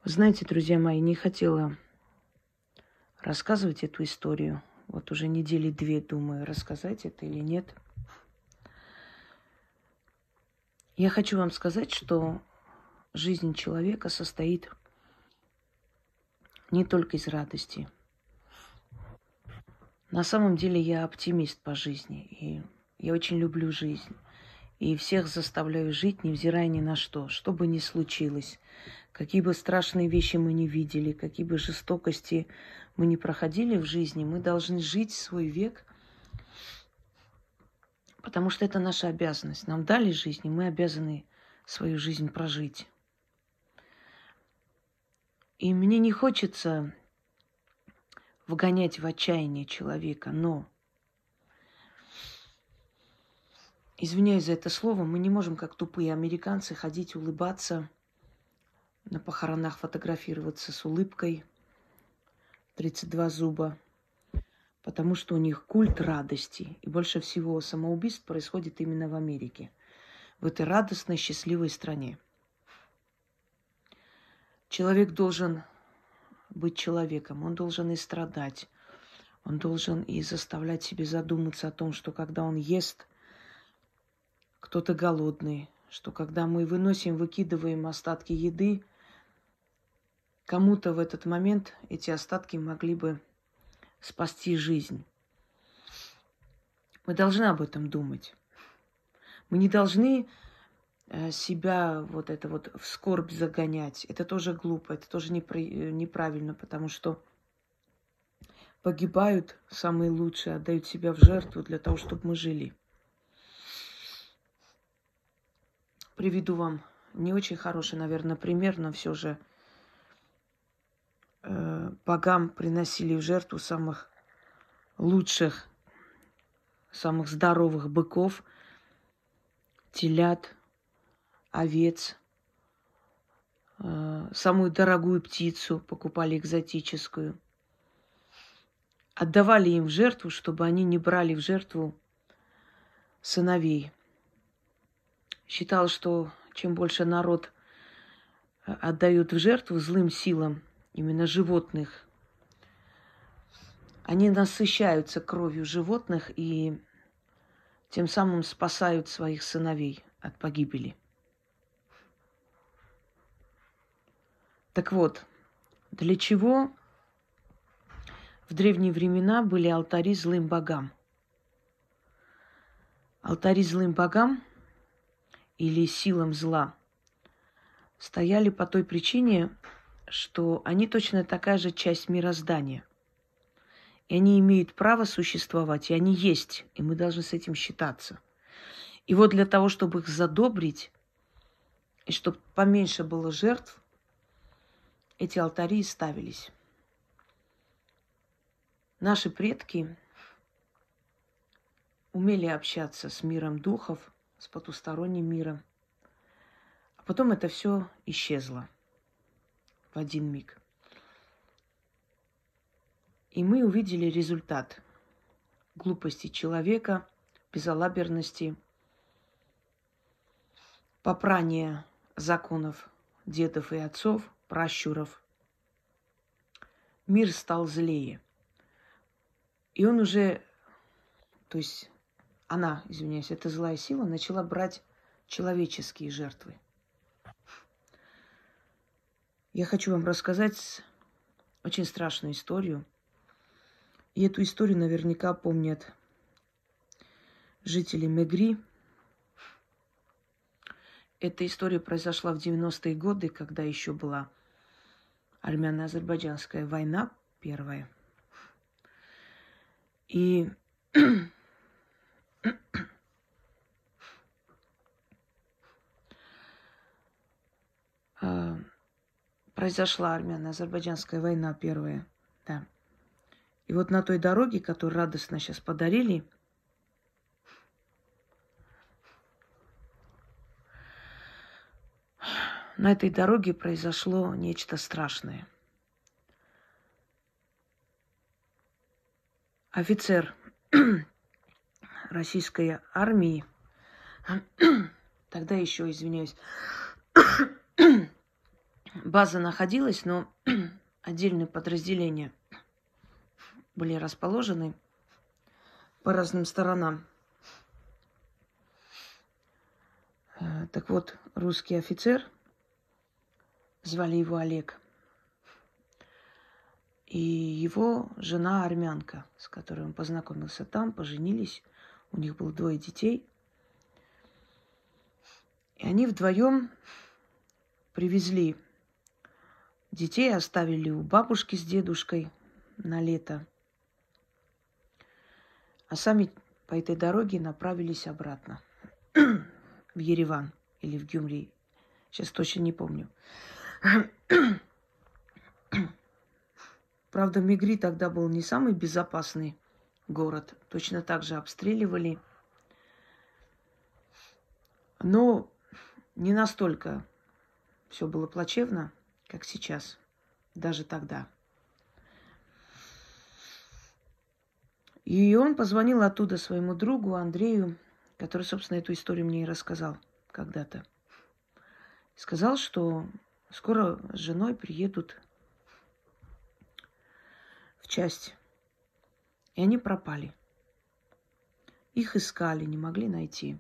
Вы знаете, друзья мои, не хотела рассказывать эту историю. Вот уже недели две думаю, рассказать это или нет. Я хочу вам сказать, что жизнь человека состоит не только из радости. На самом деле я оптимист по жизни, и я очень люблю жизнь. И всех заставляю жить, невзирая ни на что бы ни случилось. Какие бы страшные вещи мы ни видели, какие бы жестокости мы ни проходили в жизни, мы должны жить свой век, потому что это наша обязанность. Нам дали жизнь, и мы обязаны свою жизнь прожить. И мне не хочется вгонять в отчаяние человека, но, извиняюсь за это слово, мы не можем, как тупые американцы, ходить улыбаться, на похоронах фотографироваться с улыбкой, 32 зуба, потому что у них культ радости. И больше всего самоубийств происходит именно в Америке, в этой радостной, счастливой стране. Человек должен быть человеком, он должен и страдать, он должен и заставлять себя задуматься о том, что когда он ест, кто-то голодный, что когда мы выкидываем остатки еды, кому-то в этот момент эти остатки могли бы спасти жизнь. Мы должны об этом думать. Мы не должны себя в скорбь загонять. Это тоже глупо, это тоже неправильно, потому что погибают самые лучшие, отдают себя в жертву для того, чтобы мы жили. Приведу вам не очень хороший, наверное, пример, но все же богам приносили в жертву самых лучших, самых здоровых быков, телят, овец, самую дорогую птицу покупали экзотическую. Отдавали им в жертву, чтобы они не брали в жертву сыновей. Считал, что чем больше народ отдает в жертву злым силам, именно животных, они насыщаются кровью животных и тем самым спасают своих сыновей от погибели. Так вот, для чего в древние времена были алтари злым богам? Алтари злым богам или силам зла стояли по той причине, что они точно такая же часть мироздания. И они имеют право существовать, и они есть, и мы должны с этим считаться. И вот для того, чтобы их задобрить, и чтобы поменьше было жертв, эти алтари и ставились. Наши предки умели общаться с миром духов, с потусторонним миром. А потом это все исчезло в один миг. И мы увидели результат глупости человека, безалаберности, попрания законов дедов и отцов, пращуров. Мир стал злее. И он уже, то есть она, извиняюсь, эта злая сила начала брать человеческие жертвы. Я хочу вам рассказать очень страшную историю. И эту историю наверняка помнят жители Мегри. Эта история произошла в 90-е годы, когда еще была армяно-азербайджанская война первая. И произошла армяно-азербайджанская война первая, да. И вот на той дороге, которую радостно сейчас подарили, на этой дороге произошло нечто страшное. Офицер российской армии, тогда еще, извиняюсь, база находилась, но отдельные подразделения были расположены по разным сторонам. Так вот, русский офицер, звали его Олег, и его жена армянка, с которой он познакомился там, поженились, у них было 2 детей. И они вдвоем привезли детей, оставили у бабушки с дедушкой на лето, а сами по этой дороге направились обратно в Ереван или в Гюмри. Сейчас точно не помню. Правда, Мигри тогда был не самый безопасный город. Точно так же обстреливали. Но не настолько все было плачевно, как сейчас, даже тогда. И он позвонил оттуда своему другу Андрею, который, собственно, эту историю мне и рассказал когда-то. Сказал, что скоро с женой приедут в часть. И они пропали. Их искали, не могли найти.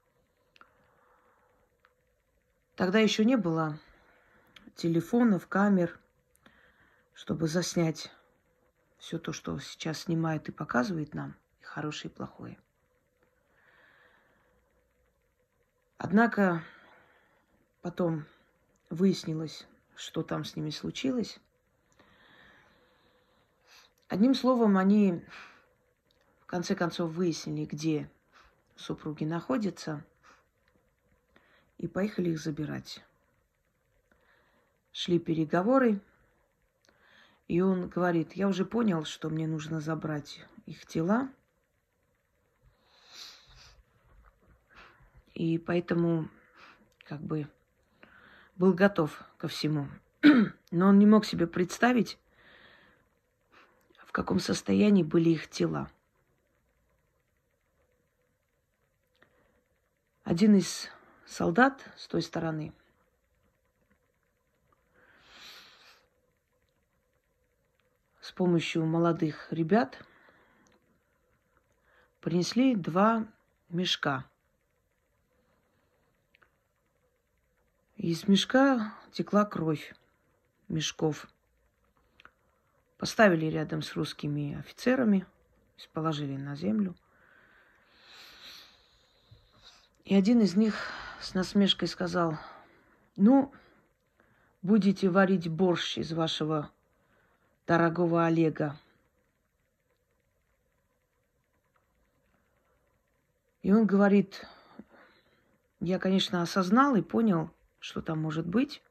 Тогда еще не было телефонов, камер, чтобы заснять все то, что сейчас снимает и показывает нам, и хорошее, и плохое. Однако потом выяснилось, что там с ними случилось. Одним словом, они в конце концов выяснили, где супруги находятся, и поехали их забирать. Шли переговоры, и он говорит: я уже понял, что мне нужно забрать их тела, и поэтому как бы был готов ко всему. Но он не мог себе представить, в каком состоянии были их тела. Один из солдат с той стороны с помощью молодых ребят принесли 2 мешка. Из мешка текла кровь мешков. Поставили рядом с русскими офицерами, положили на землю. И один из них с насмешкой сказал: ну, будете варить борщ из вашего дорогого Олега. И он говорит: я, конечно, осознал и понял, что там может быть,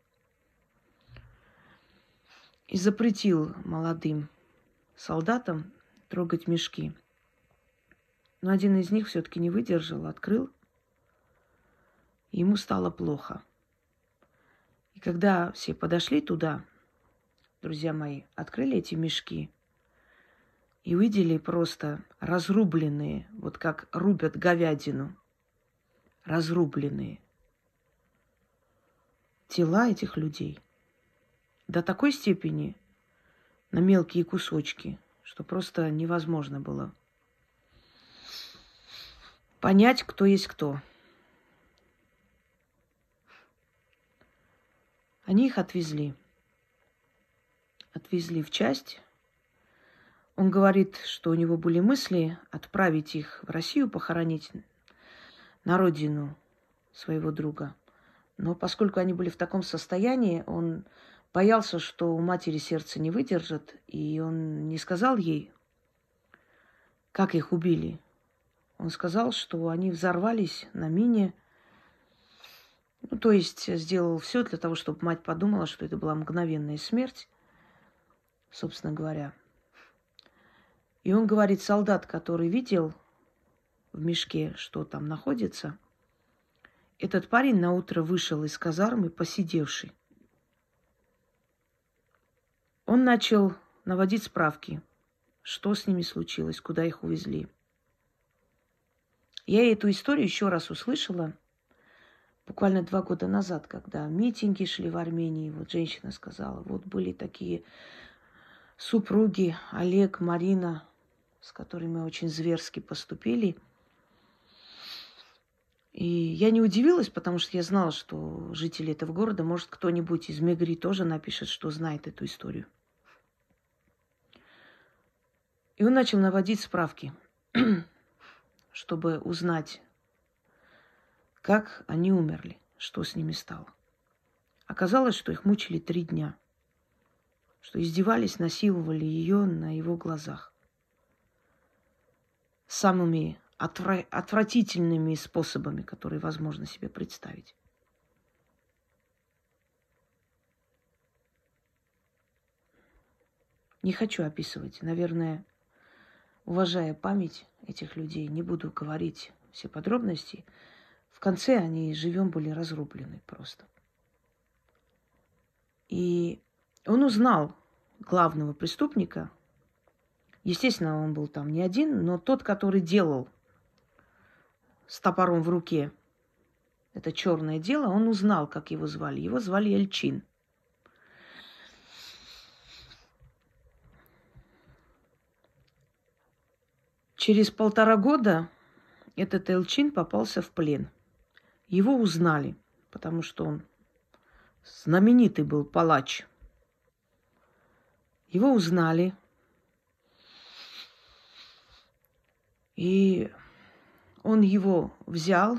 и запретил молодым солдатам трогать мешки. Но один из них все-таки не выдержал, открыл, и ему стало плохо. И когда все подошли туда, друзья мои, открыли эти мешки и увидели просто разрубленные, вот как рубят говядину, разрубленные тела этих людей до такой степени на мелкие кусочки, что просто невозможно было понять, кто есть кто. Они их отвезли. Отвезли в часть. Он говорит, что у него были мысли отправить их в Россию, похоронить на родину своего друга. Но поскольку они были в таком состоянии, он боялся, что у матери сердце не выдержит, и он не сказал ей, как их убили. Он сказал, что они взорвались на мине. Ну, то есть сделал все для того, чтобы мать подумала, что это была мгновенная смерть, собственно говоря. И он говорит, солдат, который видел в мешке, что там находится, этот парень наутро вышел из казармы, посидевший. Он начал наводить справки, что с ними случилось, куда их увезли. Я эту историю еще раз услышала буквально 2 года назад, когда митинги шли в Армении, вот женщина сказала, вот были такие супруги Олег, Марина, с которыми мы очень зверски поступили. И я не удивилась, потому что я знала, что жители этого города, может, кто-нибудь из Мегри тоже напишет, что знает эту историю. И он начал наводить справки, чтобы узнать, как они умерли, что с ними стало. Оказалось, что их мучили 3 дня, что издевались, насиловали ее на его глазах. Самыми отвратительными способами, которые возможно себе представить. Не хочу описывать. Наверное, уважая память этих людей, не буду говорить все подробности. В конце они живем были разрублены просто. И он узнал главного преступника. Естественно, он был там не один, но тот, который делал с топором в руке это черное дело, он узнал, как его звали. Его звали Эльчин. Через 1,5 года этот Эльчин попался в плен. Его узнали, потому что он знаменитый был палач. Его узнали. И он его взял,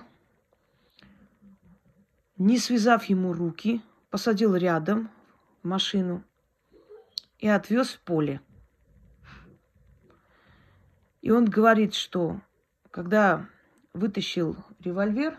не связав ему руки, посадил рядом в машину и отвез в поле. И он говорит, что когда вытащил револьвер,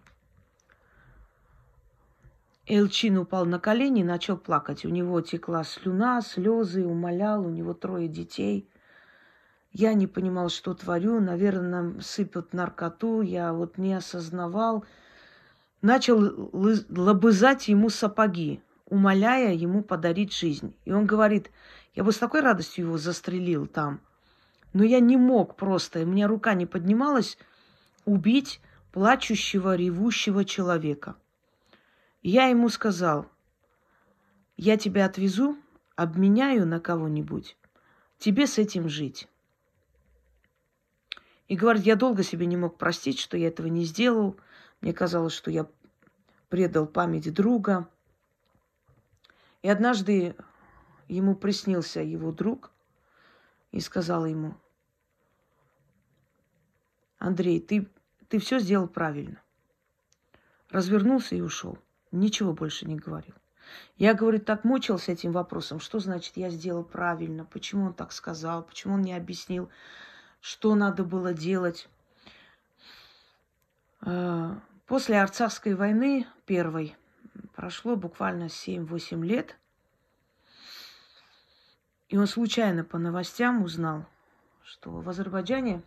Эльчин упал на колени и начал плакать. У него текла слюна, слезы, умолял, у него 3 детей. Я не понимал, что творю. Наверное, нам сыпят наркоту. Я вот не осознавал. Начал лобызать ему сапоги, умоляя ему подарить жизнь. И он говорит, я бы с такой радостью его застрелил там. Но я не мог просто, у меня рука не поднималась убить плачущего, ревущего человека. И я ему сказал, я тебя отвезу, обменяю на кого-нибудь, тебе с этим жить. И говорит, я долго себе не мог простить, что я этого не сделал. Мне казалось, что я предал память друга. И однажды ему приснился его друг и сказал ему, Андрей, ты все сделал правильно. Развернулся и ушел. Ничего больше не говорил. Я, говорит, так мучился этим вопросом. Что значит я сделал правильно? Почему он так сказал? Почему он не объяснил, что надо было делать? После Арцахской войны первой прошло буквально 7-8 лет. И он случайно по новостям узнал, что в Азербайджане,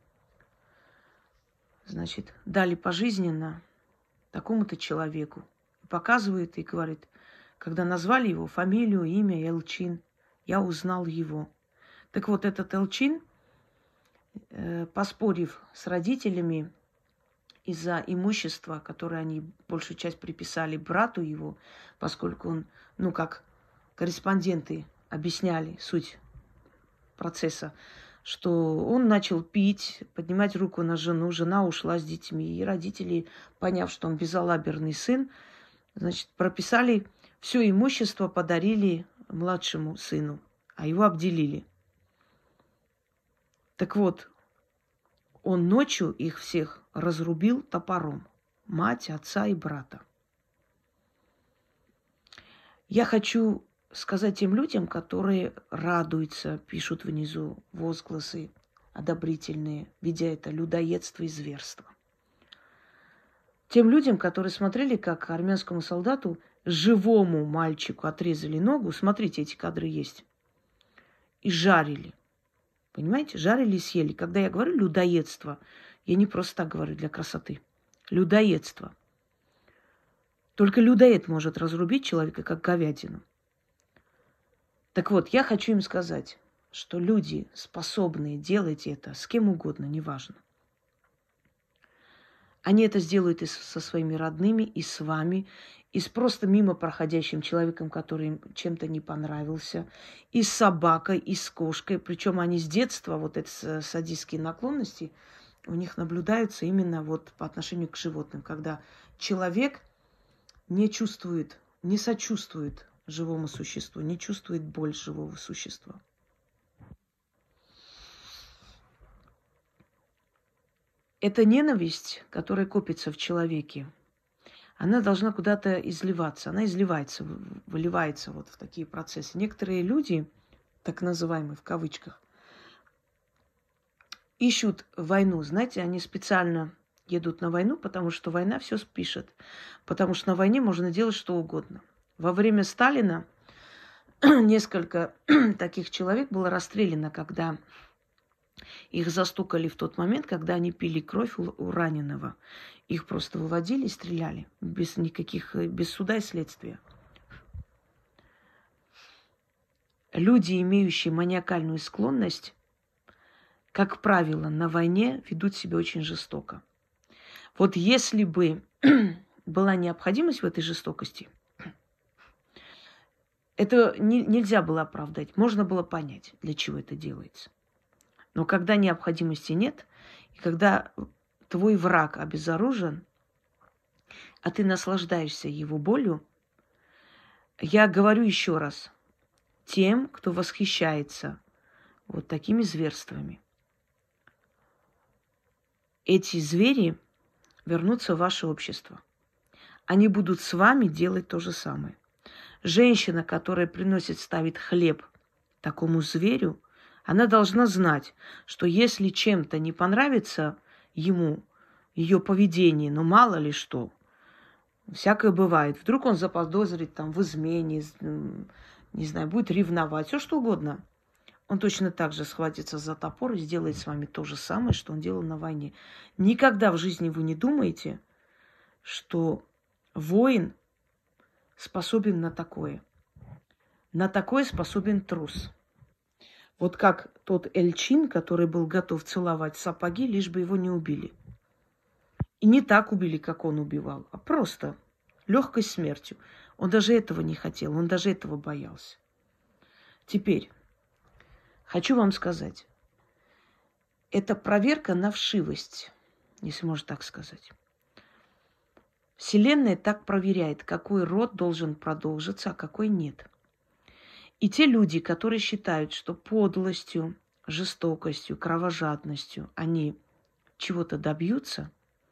значит, дали пожизненно такому-то человеку. Показывает и говорит, когда назвали его фамилию, имя Эльчин, я узнал его. Так вот, этот Эльчин, поспорив с родителями из-за имущества, которое они большую часть приписали брату его, поскольку он, как корреспонденты объясняли суть процесса, что он начал пить, поднимать руку на жену, жена ушла с детьми, и родители, поняв, что он безалаберный сын, значит, прописали все имущество, подарили младшему сыну, а его обделили. Так вот, он ночью их всех разрубил топором. Мать, отца и брата. Я хочу сказать тем людям, которые радуются, пишут внизу возгласы одобрительные, видя это людоедство и зверство. Тем людям, которые смотрели, как армянскому солдату, живому мальчику отрезали ногу, смотрите, эти кадры есть, и жарили. Понимаете? Жарили и съели. Когда я говорю людоедство, я не просто так говорю для красоты. Людоедство. Только людоед может разрубить человека, как говядину. Так вот, я хочу им сказать, что люди, способные делать это с кем угодно, неважно. Они это сделают и со своими родными, и с вами, и с просто мимо проходящим человеком, который им чем-то не понравился, и с собакой, и с кошкой. Причем они с детства, вот эти садистские наклонности, у них наблюдаются именно вот по отношению к животным, когда человек не чувствует, не сочувствует живому существу, не чувствует боль живого существа. Эта ненависть, которая копится в человеке, она должна куда-то изливаться. Она изливается, выливается вот в такие процессы. Некоторые люди, так называемые в кавычках, ищут войну. Знаете, они специально едут на войну, потому что война все спишет. Потому что на войне можно делать что угодно. Во время Сталина несколько таких человек было расстреляно, когда их застукали в тот момент, когда они пили кровь у раненого. Их просто выводили и стреляли без никаких, без суда и следствия. Люди, имеющие маниакальную склонность, как правило, на войне ведут себя очень жестоко. Вот если бы была необходимость в этой жестокости, это нельзя было оправдать. Можно было понять, для чего это делается. Но когда необходимости нет, и когда твой враг обезоружен, а ты наслаждаешься его болью, я говорю еще раз, тем, кто восхищается вот такими зверствами, эти звери вернутся в ваше общество. Они будут с вами делать то же самое. Женщина, которая приносит, ставит хлеб такому зверю, она должна знать, что если чем-то не понравится ему, ее поведение, ну мало ли что, всякое бывает. Вдруг он заподозрит там в измене, не знаю, будет ревновать, все что угодно. Он точно так же схватится за топор и сделает с вами то же самое, что он делал на войне. Никогда в жизни вы не думаете, что воин способен на такое. На такое способен трус. Вот как тот Эльчин, который был готов целовать сапоги, лишь бы его не убили. И не так убили, как он убивал, а просто легкой смертью. Он даже этого не хотел, он даже этого боялся. Теперь хочу вам сказать, это проверка на вшивость, если можно так сказать. Вселенная так проверяет, какой род должен продолжиться, а какой нет. И те люди, которые считают, что подлостью, жестокостью, кровожадностью они чего-то добьются,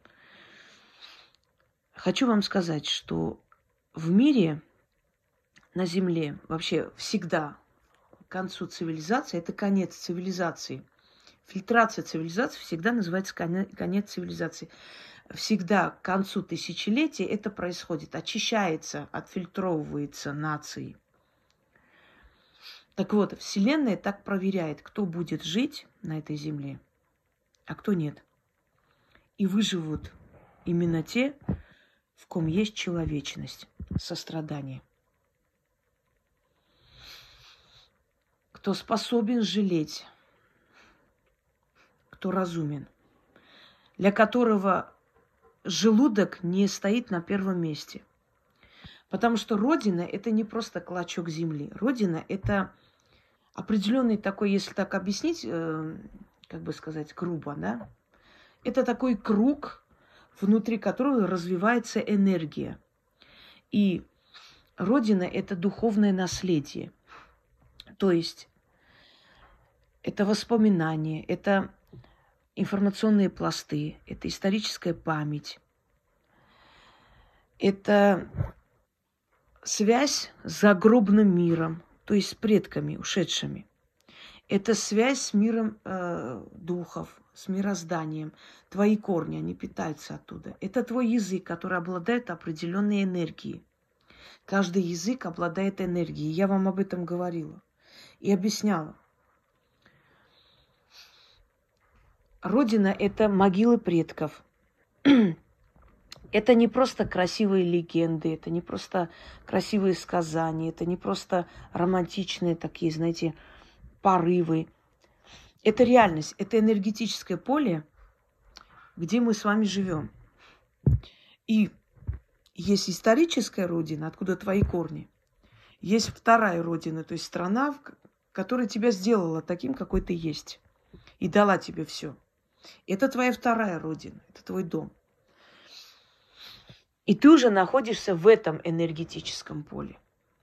хочу вам сказать, что в мире, на Земле, вообще всегда к концу цивилизации, это конец цивилизации. Фильтрация цивилизации всегда называется конец цивилизации. Всегда к концу тысячелетия это происходит. Очищается, отфильтровывается нации. Так вот, Вселенная так проверяет, кто будет жить на этой земле, а кто нет. И выживут именно те, в ком есть человечность, сострадание. Кто способен жалеть, кто разумен, для которого желудок не стоит на первом месте. Потому что Родина – это не просто клочок земли. Родина – это определенный такой, если так объяснить, как бы сказать, грубо, да? Это такой круг, внутри которого развивается энергия. И Родина – это духовное наследие. То есть это воспоминания, это информационные пласты, это историческая память, это связь с загробным миром, то есть с предками, ушедшими. Это связь с миром духов, с мирозданием. Твои корни, они питаются оттуда. Это твой язык, который обладает определенной энергией. Каждый язык обладает энергией. Я вам об этом говорила и объясняла. Родина – это могилы предков. Это не просто красивые легенды, это не просто красивые сказания, это не просто романтичные такие, знаете, порывы. Это реальность, это энергетическое поле, где мы с вами живем. И есть историческая родина, откуда твои корни. Есть вторая родина, то есть страна, которая тебя сделала таким, какой ты есть. И дала тебе все. Это твоя вторая родина, это твой дом. И ты уже находишься в этом энергетическом поле.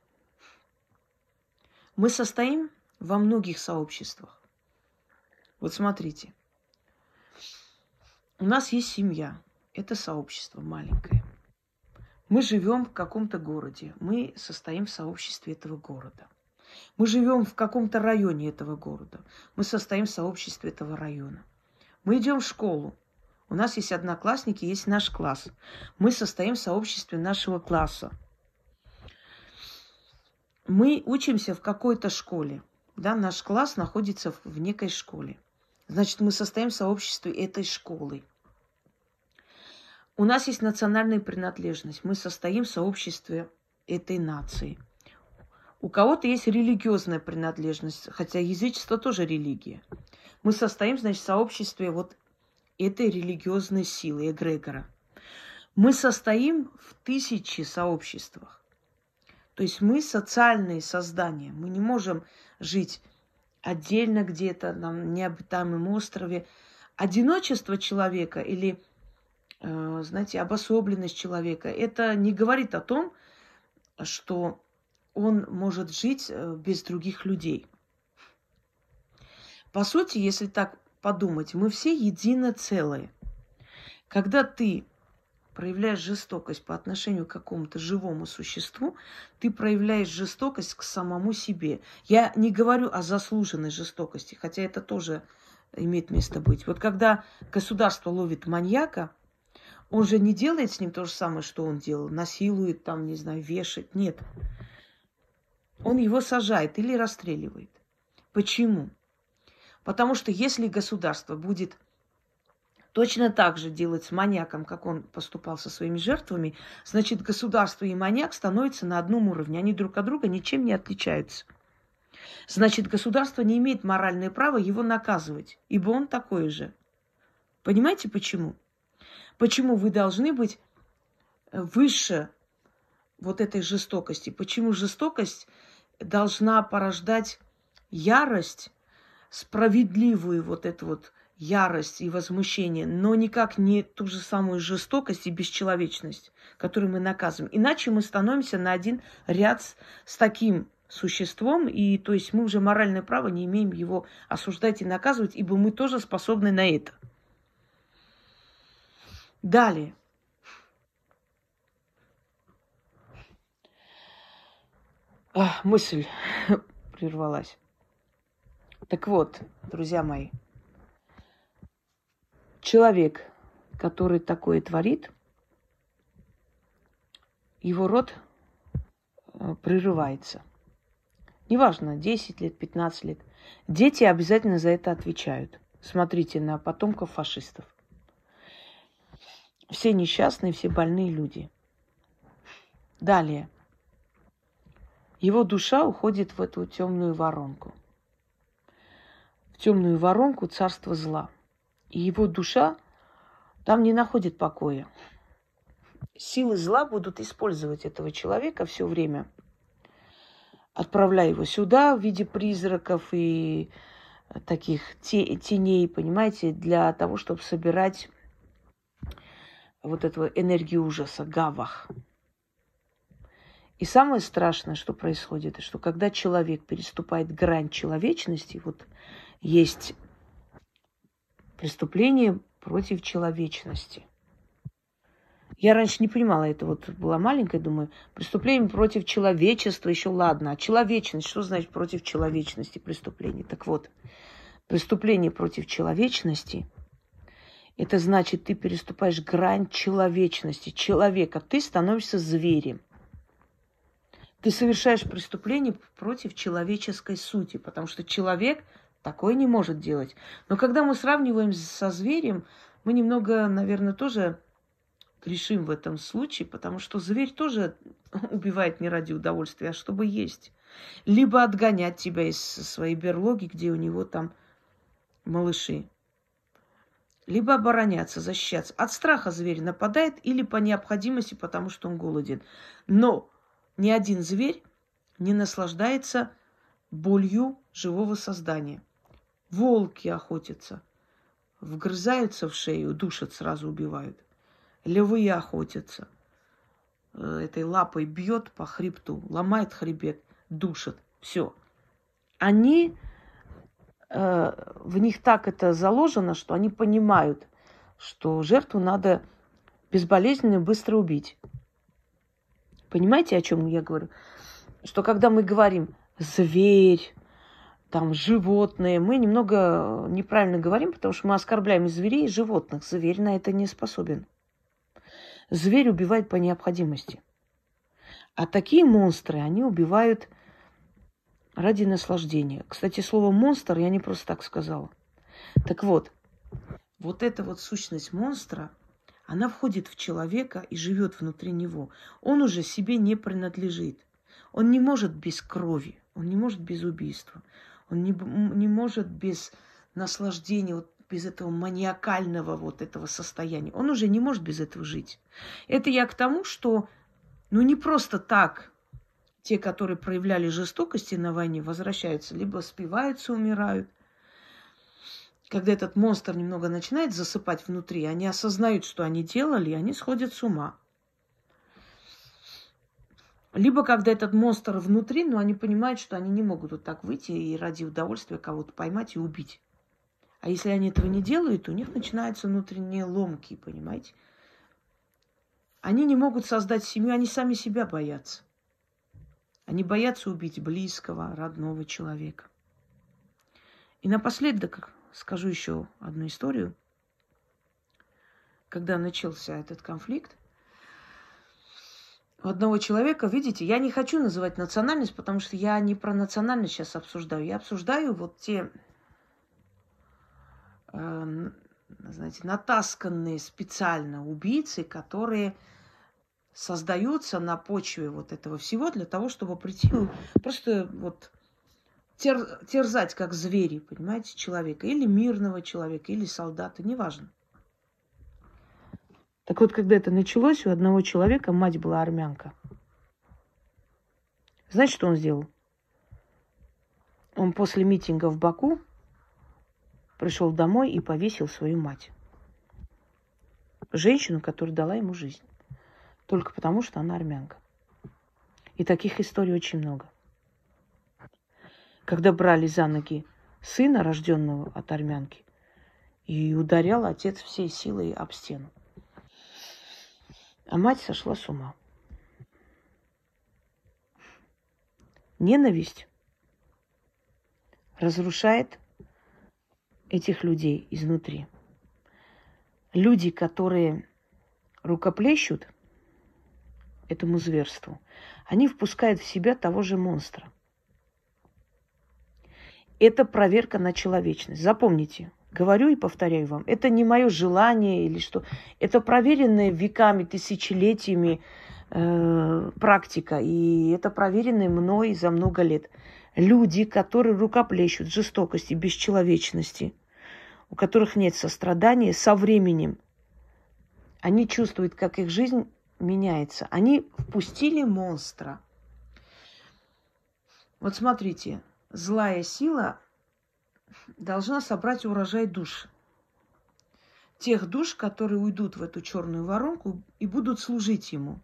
Мы состоим во многих сообществах. Вот смотрите. У нас есть семья. Это сообщество маленькое. Мы живем в каком-то городе. Мы состоим в сообществе этого города. Мы живем в каком-то районе этого города. Мы состоим в сообществе этого района. Мы идем в школу. У нас есть одноклассники, есть наш класс. Мы состоим в сообществе нашего класса. Мы учимся в какой-то школе. Да, наш класс находится в некой школе. Значит, мы состоим в сообществе этой школы. У нас есть национальная принадлежность. Мы состоим в сообществе этой нации. У кого-то есть религиозная принадлежность, хотя язычество тоже религия. Мы состоим, значит, в сообществе вот этой религиозной силы, эгрегора. Мы состоим в 1000 сообществах. То есть мы социальные создания. Мы не можем жить отдельно где-то на необитаемом острове. Одиночество человека или, знаете, обособленность человека, это не говорит о том, что он может жить без других людей. По сути, если так подумать, мы все едино целое. Когда ты проявляешь жестокость по отношению к какому-то живому существу, ты проявляешь жестокость к самому себе. Я не говорю о заслуженной жестокости, хотя это тоже имеет место быть. Вот когда государство ловит маньяка, он же не делает с ним то же самое, что он делал, насилует, там, не знаю, вешает. Нет. Он его сажает или расстреливает. Почему? Потому что если государство будет точно так же делать с маньяком, как он поступал со своими жертвами, значит, государство и маньяк становятся на одном уровне. Они друг от друга ничем не отличаются. Значит, государство не имеет моральное право его наказывать, ибо он такой же. Понимаете, почему? Почему вы должны быть выше вот этой жестокости? Почему жестокость должна порождать ярость, справедливую вот эту вот ярость и возмущение, но никак не ту же самую жестокость и бесчеловечность, которую мы наказываем. Иначе мы становимся на один ряд с таким существом, и то есть мы уже моральное право не имеем его осуждать и наказывать, ибо мы тоже способны на это. Далее. Мысль прервалась. Так вот, друзья мои, человек, который такое творит, его род прерывается. Неважно, 10 лет, 15 лет. Дети обязательно за это отвечают. Смотрите на потомков фашистов. Все несчастные, все больные люди. Далее. Его душа уходит в эту темную воронку. В темную воронку царства зла. И его душа там не находит покоя. Силы зла будут использовать этого человека все время, отправляя его сюда в виде призраков и таких теней, понимаете, для того, чтобы собирать вот эту энергию ужаса, гавах. И самое страшное, что происходит, что когда человек переступает грань человечности, вот есть преступление против человечности. Я раньше не понимала это, вот была маленькая, думаю, преступление против человечества еще ладно, а человечность, что значит против человечности преступление? Так вот, преступление против человечности, это значит, ты переступаешь грань человечности, человека, ты становишься зверем. Ты совершаешь преступление против человеческой сути, потому что человек такое не может делать. Но когда мы сравниваем со зверем, мы немного, наверное, тоже грешим в этом случае, потому что зверь тоже убивает не ради удовольствия, а чтобы есть. Либо отгонять тебя из своей берлоги, где у него там малыши. либо обороняться, защищаться. От страха зверь нападает или по необходимости, потому что он голоден. Но ни один зверь не наслаждается болью живого создания. Волки охотятся, вгрызаются в шею, душат, сразу убивают. Львы охотятся, этой лапой бьет по хребту, ломает хребет, душат. Все. Они, в них так это заложено, что они понимают, что жертву надо безболезненно и быстро убить. Понимаете, о чем я говорю? Что когда мы говорим «зверь», там «животные», мы немного неправильно говорим, потому что мы оскорбляем и зверей, и животных. Зверь на это не способен. Зверь убивает по необходимости. А такие монстры, они убивают ради наслаждения. Кстати, слово «монстр» я не просто так сказала. Так вот, вот эта вот сущность монстра, она входит в человека и живет внутри него. Он уже себе не принадлежит. Он не может без крови, он не может без убийства, он не может без наслаждения, вот, без этого маниакального вот этого состояния. Он уже не может без этого жить. Это я к тому, что не просто так те, которые проявляли жестокости на войне, возвращаются, либо спиваются, умирают. Когда этот монстр немного начинает засыпать внутри, они осознают, что они делали, и они сходят с ума. Либо когда этот монстр внутри, но они понимают, что они не могут вот так выйти и ради удовольствия кого-то поймать и убить. А если они этого не делают, у них начинаются внутренние ломки, понимаете? Они не могут создать семью, они сами себя боятся. Они боятся убить близкого, родного человека. И напоследок скажу еще одну историю. Когда начался этот конфликт, у одного человека, видите, я не хочу называть национальность, потому что я не про национальность сейчас обсуждаю. Я обсуждаю вот те, знаете, натасканные специально убийцы, которые создаются на почве вот этого всего для того, чтобы прийти просто вот терзать как звери, понимаете, человека. Или мирного человека, или солдата, неважно. Так вот, когда это началось, у одного человека мать была армянка. Знаете, что он сделал? Он после митинга в Баку пришел домой и повесил свою мать. Женщину, которая дала ему жизнь. Только потому, что она армянка. И таких историй очень много. Когда брали за ноги сына, рожденного от армянки, и ударял отец всей силой об стену. А мать сошла с ума. Ненависть разрушает этих людей изнутри. Люди, которые рукоплещут этому зверству, они впускают в себя того же монстра. Это проверка на человечность. Запомните, говорю и повторяю вам, это не мое желание или что. Это проверенная веками, тысячелетиями практика. И это проверенная мной за много лет. Люди, которые рукоплещут жестокости, бесчеловечности, у которых нет сострадания, со временем они чувствуют, как их жизнь меняется. Они впустили монстра. Вот смотрите, злая сила должна собрать урожай душ. Тех душ, которые уйдут в эту черную воронку и будут служить ему.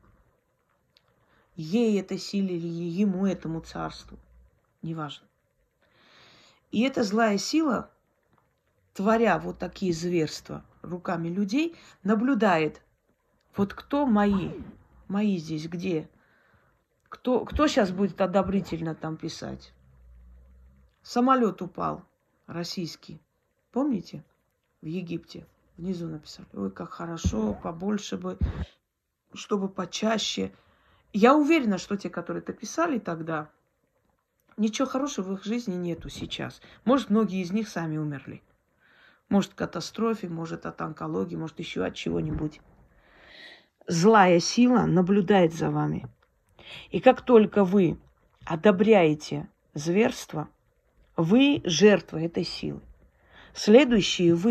Ей этой силе или ему, этому царству. Неважно. И эта злая сила, творя вот такие зверства руками людей, наблюдает. Вот кто мои? Мои здесь где? Кто сейчас будет одобрительно там писать? Самолет упал. Российский. Помните? В Египте. Внизу написали. Ой, как хорошо, побольше бы, чтобы почаще. Я уверена, что те, которые это писали тогда, ничего хорошего в их жизни нету сейчас. Может, многие из них сами умерли. Может, в катастрофе, может, от онкологии, может, еще от чего-нибудь. Злая сила наблюдает за вами. И как только вы одобряете зверство, вы жертва этой силы. Следующие вы,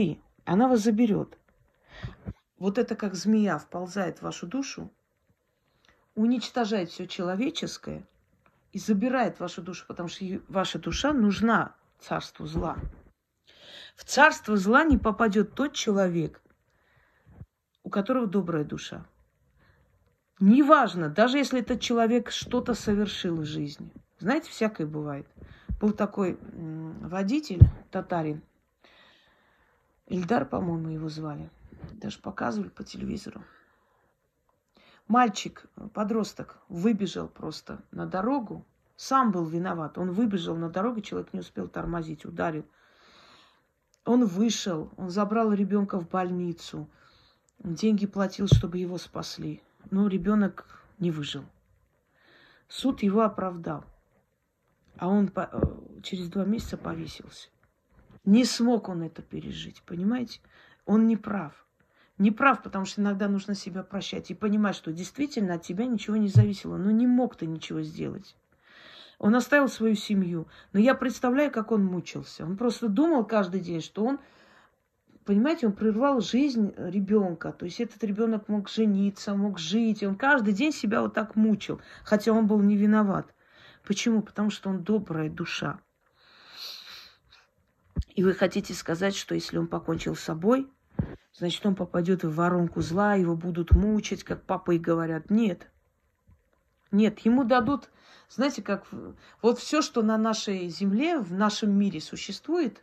Она вас заберет. Вот это как змея вползает в вашу душу, уничтожает все человеческое и забирает вашу душу, потому что ваша душа нужна царству зла. В царство зла не попадет тот человек, у которого добрая душа. Неважно, даже если этот человек что-то совершил в жизни. Знаете, всякое бывает. Был такой водитель, татарин, Ильдар, по-моему, его звали. Даже показывали по телевизору. Мальчик, подросток, выбежал просто на дорогу. Сам был виноват. Он выбежал на дорогу, человек не успел тормозить, ударил. Он вышел, он забрал ребенка в больницу. Деньги платил, чтобы его спасли. Но ребенок не выжил. Суд его оправдал. А он через 2 месяца повесился. Не смог он это пережить, понимаете? Он не прав. Не прав, потому что иногда нужно себя прощать и понимать, что действительно от тебя ничего не зависело. Но не мог ты ничего сделать. Он оставил свою семью. Но я представляю, как он мучился. Он просто думал каждый день, что он, понимаете, он прервал жизнь ребенка. То есть этот ребенок мог жениться, мог жить. И он каждый день себя вот так мучил, хотя он был не виноват. Почему? Потому что он добрая душа. И вы хотите сказать, что если он покончил с собой, значит, он попадет в воронку зла, его будут мучить, как папы и говорят. Нет. Нет, ему дадут, знаете, как вот все, что на нашей земле, в нашем мире существует.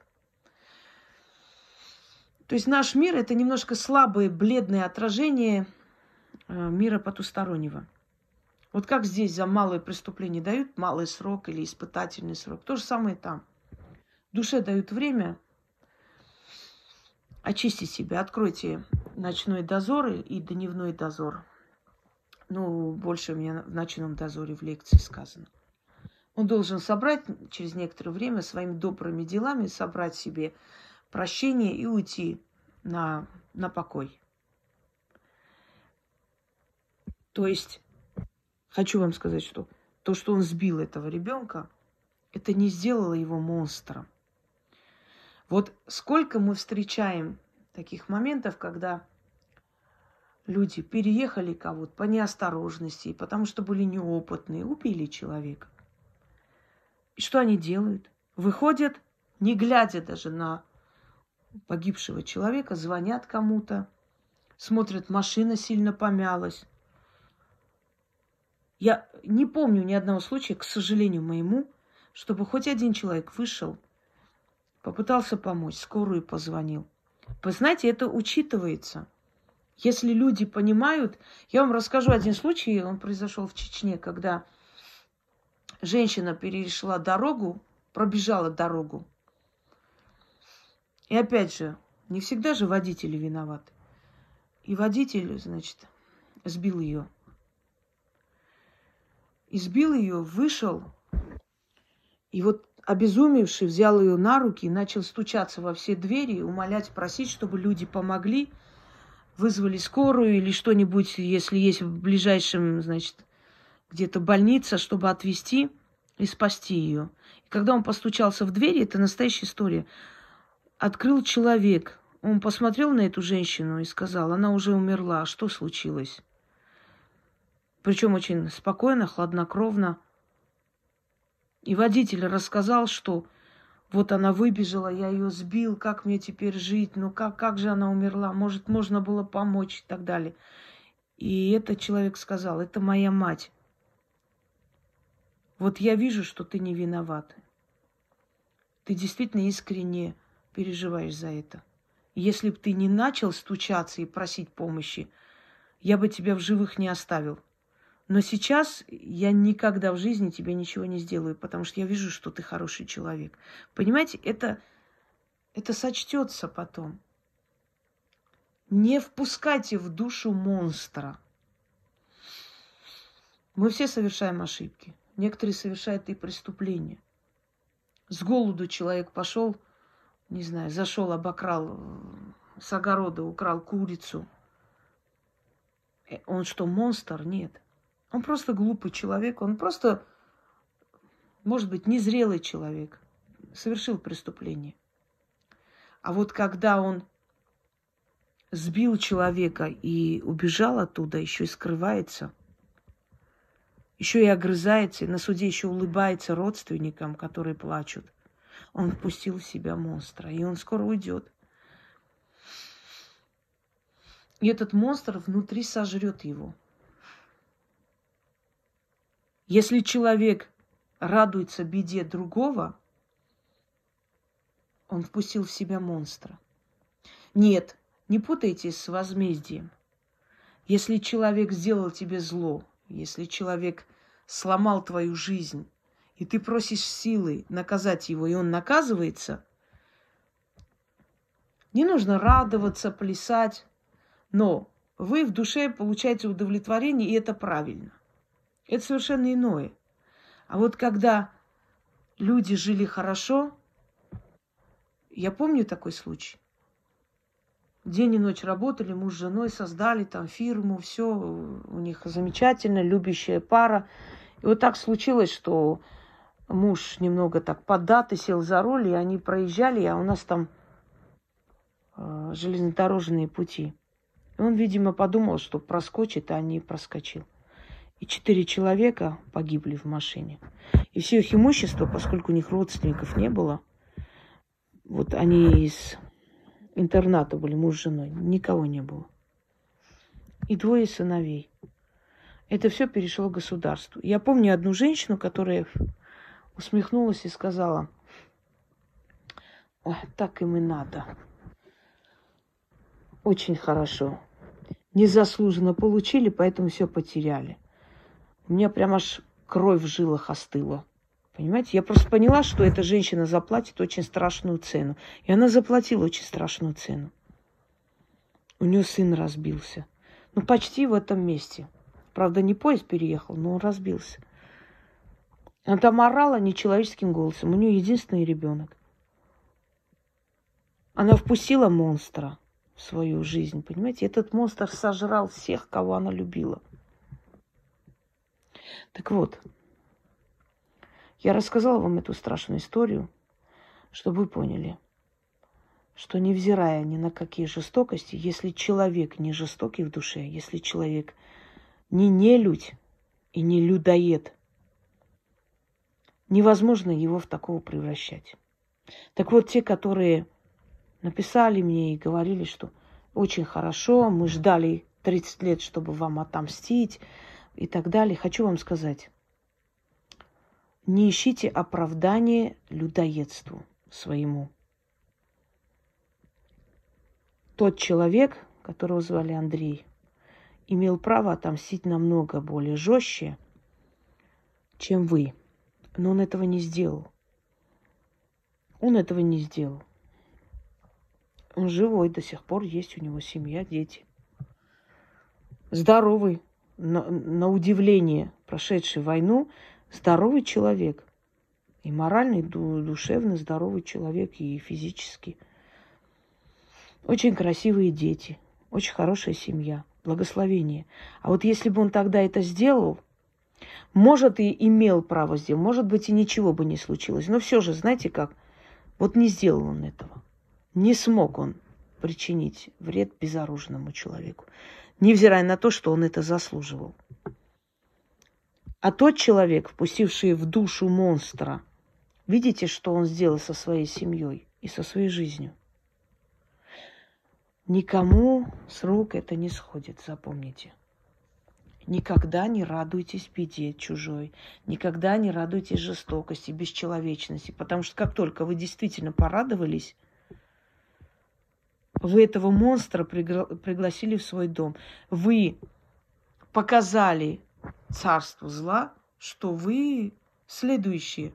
То есть наш мир – это немножко слабое, бледное отражение мира потустороннего. Вот как здесь за малое преступление дают малый срок или испытательный срок. То же самое там. Душе дают время очистить себя. Откройте ночной дозор и дневной дозор. Ну, больше у меня в ночном дозоре в лекции сказано. Он должен собрать через некоторое время своими добрыми делами, собрать себе прощение и уйти на покой. То есть, хочу вам сказать, что то, что он сбил этого ребенка, это не сделало его монстром. Вот сколько мы встречаем таких моментов, когда люди переехали кого-то по неосторожности, потому что были неопытные, убили человека. И что они делают? Выходят, не глядя даже на погибшего человека, звонят кому-то, смотрят, машина сильно помялась. Я не помню ни одного случая, к сожалению моему, чтобы хоть один человек вышел, попытался помочь, скорую позвонил. Вы знаете, это учитывается. Если люди понимают... Я вам расскажу один случай, он произошел в Чечне, когда женщина перешла дорогу, пробежала дорогу. И опять же, не всегда же водители виноваты. И водитель, значит, сбил ее. Избил ее, вышел, и вот обезумевший взял ее на руки и начал стучаться во все двери, умолять, просить, чтобы люди помогли, вызвали скорую или что-нибудь, если есть в ближайшем, значит, где-то больница, чтобы отвезти и спасти ее. И когда он постучался в двери, это настоящая история, открыл человек. Он посмотрел на эту женщину и сказал, она уже умерла, что случилось? Причем очень спокойно, хладнокровно. И водитель рассказал, что вот она выбежала, я ее сбил, как мне теперь жить, ну как же она умерла, может, можно было помочь и так далее. И этот человек сказал, это моя мать. Вот я вижу, что ты не виноват. Ты действительно искренне переживаешь за это. Если бы ты не начал стучаться и просить помощи, я бы тебя в живых не оставил. Но сейчас я никогда в жизни тебе ничего не сделаю, потому что я вижу, что ты хороший человек. Понимаете, это сочтется потом. Не впускайте в душу монстра. Мы все совершаем ошибки. Некоторые совершают и преступления. С голоду человек пошел, не знаю, зашел, обокрал с огорода, украл курицу. Он что, монстр? Нет. Он просто глупый человек, он просто, может быть, незрелый человек, совершил преступление. А вот когда он сбил человека и убежал оттуда, еще и скрывается, еще и огрызается, и на суде еще улыбается родственникам, которые плачут. Он впустил в себя монстра, и он скоро уйдет. И этот монстр внутри сожрет его. Если человек радуется беде другого, он впустил в себя монстра. Нет, не путайте с возмездием. Если человек сделал тебе зло, если человек сломал твою жизнь, и ты просишь силы наказать его, и он наказывается, не нужно радоваться, плясать, но вы в душе получаете удовлетворение, и это правильно. Это совершенно иное. А вот когда люди жили хорошо, я помню такой случай. День и ночь работали, муж с женой, создали там фирму, все у них замечательно, любящая пара. И вот так случилось, что муж немного так поддатый, сел за руль, и они проезжали, а у нас там железнодорожные пути. И он, видимо, подумал, что проскочит, а не проскочил. И 4 человека погибли в машине. И все их имущество, поскольку у них родственников не было, вот они из интерната были, муж с женой, никого не было. И 2 сыновей. Это все перешло к государству. Я помню одну женщину, которая усмехнулась и сказала: ой, так им и надо. Очень хорошо. Незаслуженно получили, поэтому все потеряли. У меня прям аж кровь в жилах остыла. Понимаете? Я просто поняла, что эта женщина заплатит очень страшную цену. И она заплатила очень страшную цену. У нее сын разбился. Ну, почти в этом месте. Правда, не поезд переехал, но он разбился. Она там орала нечеловеческим голосом. У нее единственный ребенок. Она впустила монстра в свою жизнь, понимаете? Этот монстр сожрал всех, кого она любила. Так вот, я рассказала вам эту страшную историю, чтобы вы поняли, что невзирая ни на какие жестокости, если человек не жестокий в душе, если человек не нелюдь и не людоед, невозможно его в такого превращать. Так вот, те, которые написали мне и говорили, что очень хорошо, мы ждали 30 лет, чтобы вам отомстить и так далее, хочу вам сказать, не ищите оправдания людоедству своему. Тот человек, которого звали Андрей, имел право отомстить намного более жестче, чем вы. Но он этого не сделал. Он этого не сделал. Он живой, до сих пор есть у него семья, дети. Здоровый, на удивление, прошедший войну, здоровый человек. И морально, и душевно здоровый человек, и физически. Очень красивые дети, очень хорошая семья, благословение. А вот если бы он тогда это сделал, может, и имел право сделать, может быть, и ничего бы не случилось. Но все же, знаете как, вот не сделал он этого. Не смог он причинить вред безоружному человеку, невзирая на то, что он это заслуживал. А тот человек, впустивший в душу монстра, видите, что он сделал со своей семьей и со своей жизнью? Никому с рук это не сходит, запомните. Никогда не радуйтесь беде чужой, никогда не радуйтесь жестокости, бесчеловечности, потому что как только вы действительно порадовались, вы этого монстра пригласили в свой дом. Вы показали царству зла, что вы следующие.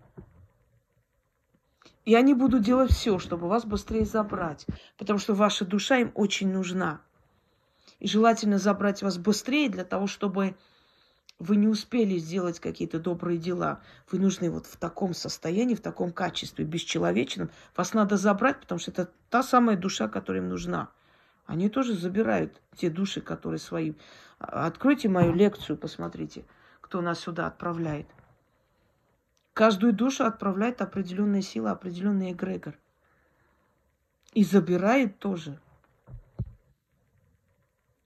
И они будут делать все, чтобы вас быстрее забрать, потому что ваша душа им очень нужна. И желательно забрать вас быстрее для того, чтобы вы не успели сделать какие-то добрые дела. Вы нужны вот в таком состоянии, в таком качестве, бесчеловечном. Вас надо забрать, потому что это та самая душа, которая им нужна. Они тоже забирают те души, которые свои. Откройте мою лекцию, посмотрите, кто нас сюда отправляет. Каждую душу отправляет определенная сила, определенный эгрегор. И забирает тоже.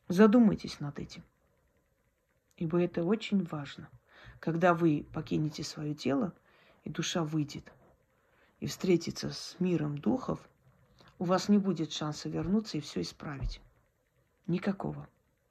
Задумайтесь над этим. Ибо это очень важно. Когда вы покинете свое тело, и душа выйдет, и встретится с миром духов, у вас не будет шанса вернуться и все исправить. Никакого.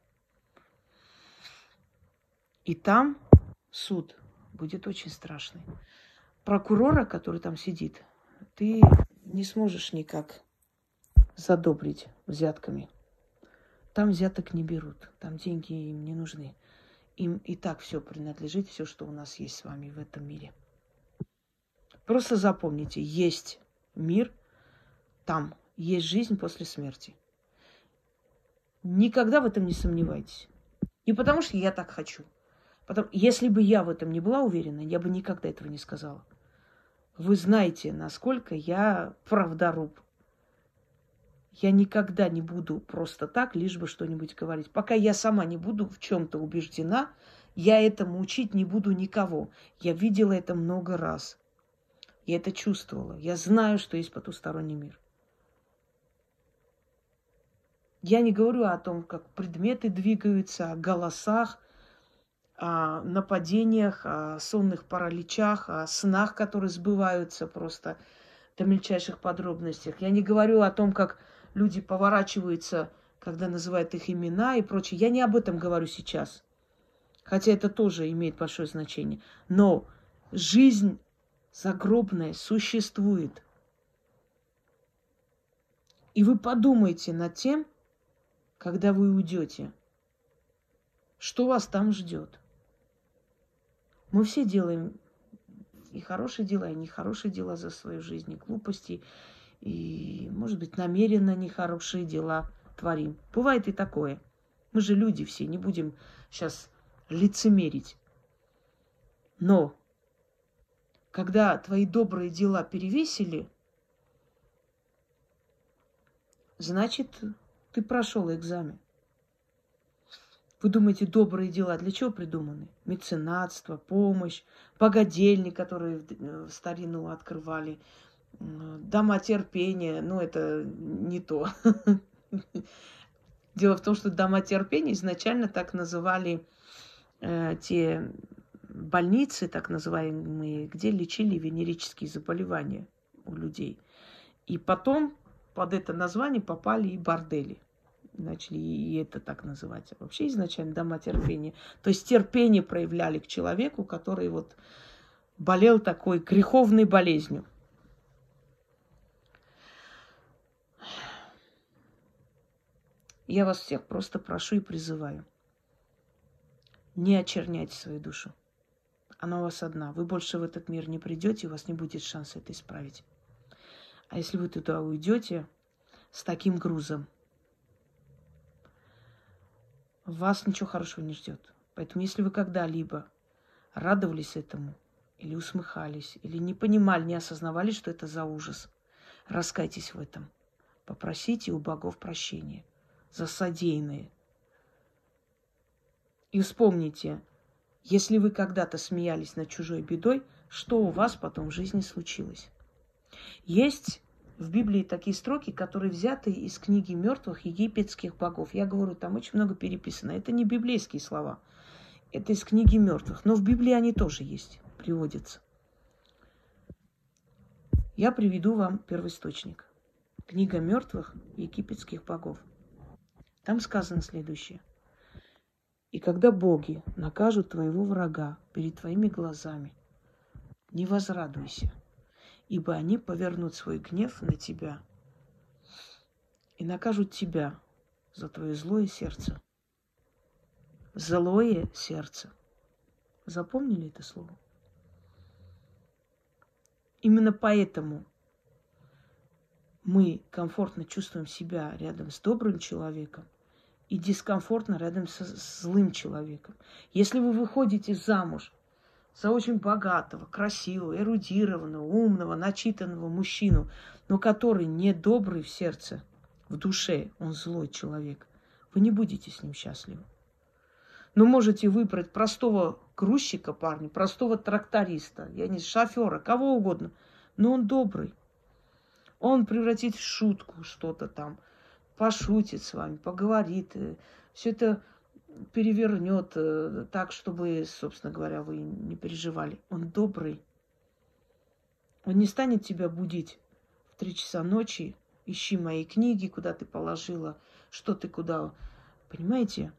И там суд будет очень страшный. Прокурора, который там сидит, ты не сможешь никак задобрить взятками. Там взяток не берут, там деньги им не нужны. Им и так все принадлежит, все, что у нас есть с вами в этом мире. Просто запомните, есть мир, там есть жизнь после смерти. Никогда в этом не сомневайтесь. Не потому, что я так хочу. Если бы я в этом не была уверена, я бы никогда этого не сказала. Вы знаете, насколько я правдоруб. Я никогда не буду просто так, лишь бы что-нибудь говорить. Пока я сама не буду в чем-то убеждена, я этому учить не буду никого. Я видела это много раз. Я это чувствовала. Я знаю, что есть потусторонний мир. Я не говорю о том, как предметы двигаются, о голосах, о нападениях, о сонных параличах, о снах, которые сбываются просто до мельчайших подробностей. Я не говорю о том, как люди поворачиваются, когда называют их имена и прочее. Я не об этом говорю сейчас. Хотя это тоже имеет большое значение. Но жизнь загробная существует. И вы подумайте над тем, когда вы уйдете, что вас там ждет. Мы все делаем и хорошие дела, и нехорошие дела за свою жизнь, и глупости, и, может быть, намеренно нехорошие дела творим. Бывает и такое. Мы же люди все, не будем сейчас лицемерить. Но когда твои добрые дела перевесили, значит, ты прошел экзамен. Вы думаете, добрые дела для чего придуманы? Меценатство, помощь, богадельни, которые в старину открывали, дома терпения. Но это не то. Дело в том, что дома терпения изначально так называли те больницы, так называемые, где лечили венерические заболевания у людей. И потом под это название попали и бордели. Начали и это так называть. А вообще изначально дома терпения. То есть терпение проявляли к человеку, который вот болел такой греховной болезнью. Я вас всех просто прошу и призываю. Не очерняйте свою душу. Она у вас одна. Вы больше в этот мир не придете, у вас не будет шанса это исправить. А если вы туда уйдете с таким грузом, вас ничего хорошего не ждет. Поэтому если вы когда-либо радовались этому, или усмехались, или не понимали, не осознавали, что это за ужас, раскайтесь в этом. Попросите у богов прощения за содеянное. И вспомните, если вы когда-то смеялись над чужой бедой, что у вас потом в жизни случилось. Есть в Библии такие строки, которые взяты из книги мертвых египетских богов. Я говорю, там очень много переписано. Это не библейские слова. Это из книги мертвых. Но в Библии они тоже есть, приводятся. Я приведу вам первоисточник. Книга мертвых египетских богов. Там сказано следующее. И когда боги накажут твоего врага перед твоими глазами, не возрадуйся, ибо они повернут свой гнев на тебя и накажут тебя за твое злое сердце. Злое сердце. Запомнили это слово? Именно поэтому мы комфортно чувствуем себя рядом с добрым человеком и дискомфортно рядом с злым человеком. Если вы выходите замуж за очень богатого, красивого, эрудированного, умного, начитанного мужчину, но который не добрый в сердце, в душе, он злой человек, вы не будете с ним счастливы. Но можете выбрать простого грузчика парня, простого тракториста, я не шофера, кого угодно, но он добрый. Он превратит в шутку что-то там, пошутит с вами, поговорит, все это перевернет так, чтобы, собственно говоря, вы не переживали. Он добрый. Он не станет тебя будить в 3 часа ночи. Ищи мои книги, куда ты положила, что ты куда. Понимаете?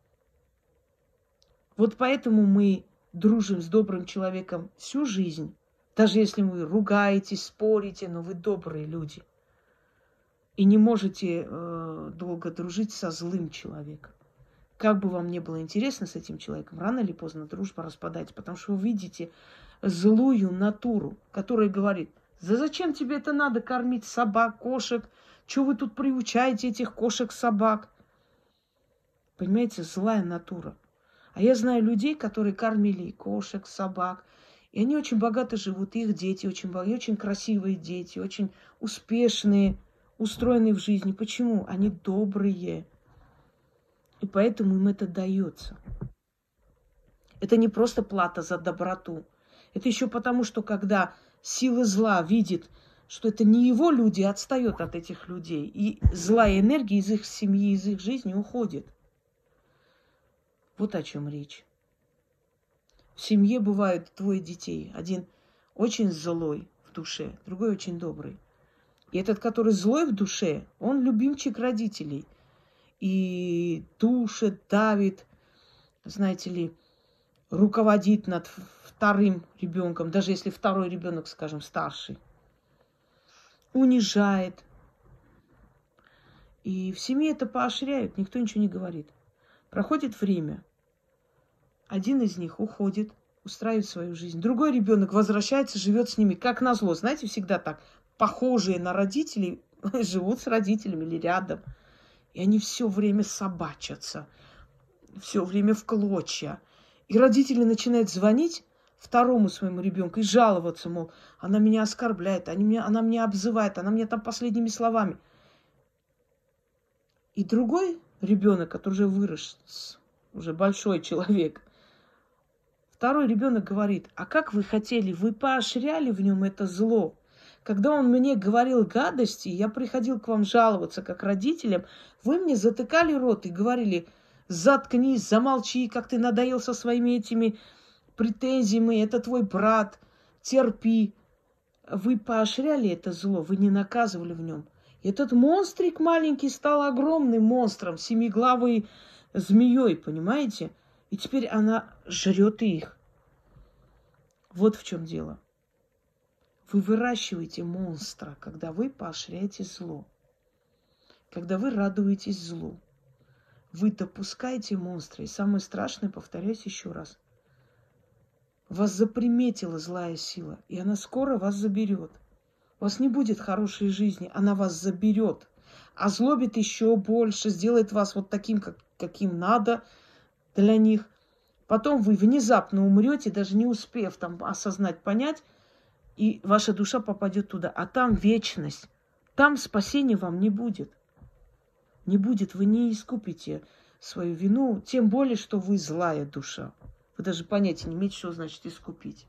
Вот поэтому мы дружим с добрым человеком всю жизнь. Даже если вы ругаетесь, спорите, но вы добрые люди. И не можете долго дружить со злым человеком. Как бы вам ни было интересно с этим человеком, рано или поздно дружба распадается, потому что вы видите злую натуру, которая говорит: да зачем тебе это надо, кормить собак, кошек? Чего вы тут приучаете этих кошек, собак? Понимаете, злая натура. А я знаю людей, которые кормили и кошек, собак, и они очень богато живут, и их дети очень красивые дети, очень успешные, устроенные в жизни. Почему? Они добрые. И поэтому им это дается. Это не просто плата за доброту. Это еще потому, что когда сила зла видит, что это не его люди, отстает от этих людей. И злая энергия из их семьи, из их жизни уходит. Вот о чем речь. В семье бывают двое детей. Один очень злой в душе, другой очень добрый. И этот, который злой в душе, он любимчик родителей. И душит, давит, знаете ли, руководит над вторым ребенком, даже если второй ребенок, скажем, старший, унижает. И в семье это поощряют, никто ничего не говорит. Проходит время, один из них уходит, устраивает свою жизнь. Другой ребенок возвращается, живет с ними, как назло. Знаете, всегда так, похожие на родителей, живут с родителями или рядом. И они все время собачатся, все время в клочья. И родители начинают звонить второму своему ребенку и жаловаться, мол, она меня оскорбляет, она меня обзывает, она меня там последними словами. И другой ребенок, который уже вырос, уже большой человек, второй ребенок говорит: а как вы хотели, вы поощряли в нем это зло. Когда он мне говорил гадости, я приходил к вам жаловаться как родителям, вы мне затыкали рот и говорили: заткнись, замолчи, как ты надоел со своими этими претензиями, это твой брат, терпи. Вы поощряли это зло, вы не наказывали в нем. И этот монстрик маленький стал огромным монстром, семиглавой змеей, понимаете? И теперь она жрет их. Вот в чем дело. Вы выращиваете монстра, когда вы поощряете зло. Когда вы радуетесь злу. Вы допускаете монстра. И самое страшное, повторяюсь еще раз, вас заприметила злая сила, и она скоро вас заберет. У вас не будет хорошей жизни, она вас заберет. Озлобит еще больше, сделает вас вот таким, каким надо для них. Потом вы внезапно умрете, даже не успев там осознать, понять, и ваша душа попадет туда. А там вечность. Там спасения вам не будет. Не будет, вы не искупите свою вину, тем более, что вы злая душа. Вы даже понятия не имеете, что значит искупить.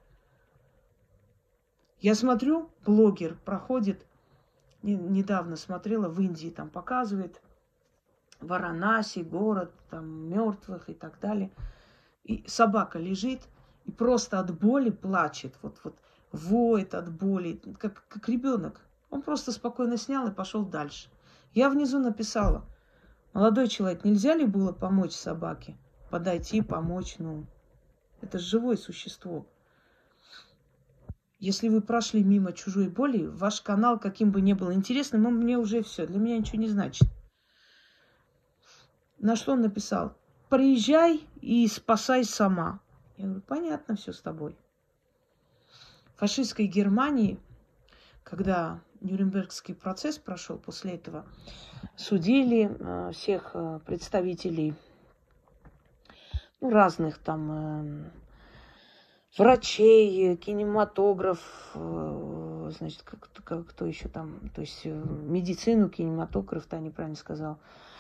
Я смотрю, блогер проходит, недавно смотрела, в Индии там показывает, Варанаси, город там мертвых и так далее. И собака лежит и просто от боли плачет, вот воет от боли, как ребенок. Он просто спокойно снял и пошел дальше. Я внизу написала: молодой человек, нельзя ли было помочь собаке? Подойти, помочь, это же живое существо. Если вы прошли мимо чужой боли, ваш канал, каким бы ни был интересным, мне уже все, для меня ничего не значит. На что он написал? Приезжай и спасай сама. Я говорю: понятно все с тобой. В фашистской Германии, когда Нюрнбергский процесс прошел, после этого судили всех представителей разных там врачей, кинематограф, значит, кто еще там, то есть медицину, кинематограф, я неправильно сказал,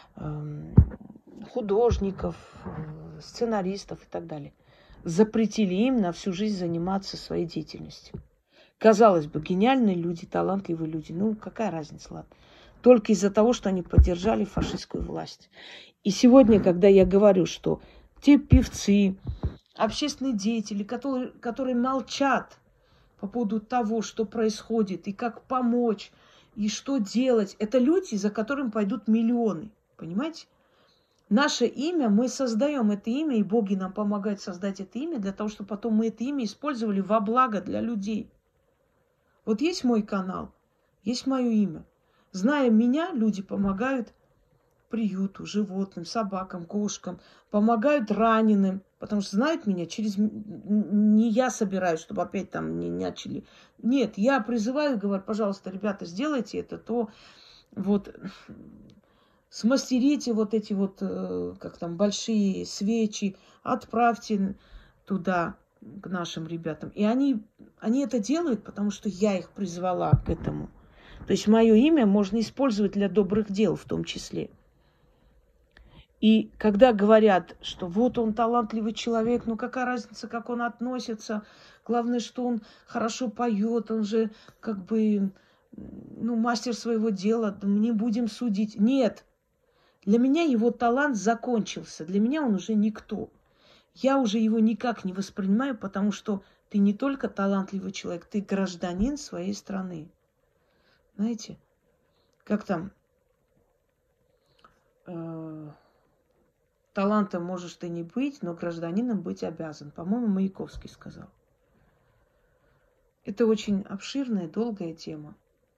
художников, сценаристов и так далее. Запретили им на всю жизнь заниматься своей деятельностью. Казалось бы, гениальные люди, талантливые люди, какая разница, ладно. только из-за того, что они поддержали фашистскую власть. И сегодня, когда я говорю, что те певцы, общественные деятели, которые молчат по поводу того, что происходит, и как помочь, и что делать, это люди, за которыми пойдут миллионы. Понимаете? Наше имя, мы создаем это имя, и боги нам помогают создать это имя, для того, чтобы потом мы это имя использовали во благо для людей. Вот есть мой канал, есть мое имя. Зная меня, люди помогают приюту, животным, собакам, кошкам, помогают раненым, потому что знают меня через... Не я собираюсь, чтобы опять там не начали. Нет, я призываю, говорю, пожалуйста, ребята, сделайте это, то вот смастерите вот эти вот, как там, большие свечи, отправьте туда, к нашим ребятам. И они это делают, потому что я их призвала к этому. То есть мое имя можно использовать для добрых дел в том числе. И когда говорят, что вот он талантливый человек, ну какая разница, как он относится, главное, что он хорошо поет, он же как бы, ну, мастер своего дела, мы не будем судить. Нет, для меня его талант закончился, для меня он уже никто. Я уже его никак не воспринимаю, потому что ты не только талантливый человек, ты гражданин своей страны. Знаете, как там... Талантом можешь ты не быть, но гражданином быть обязан. По-моему, Маяковский сказал. Это очень обширная, долгая тема.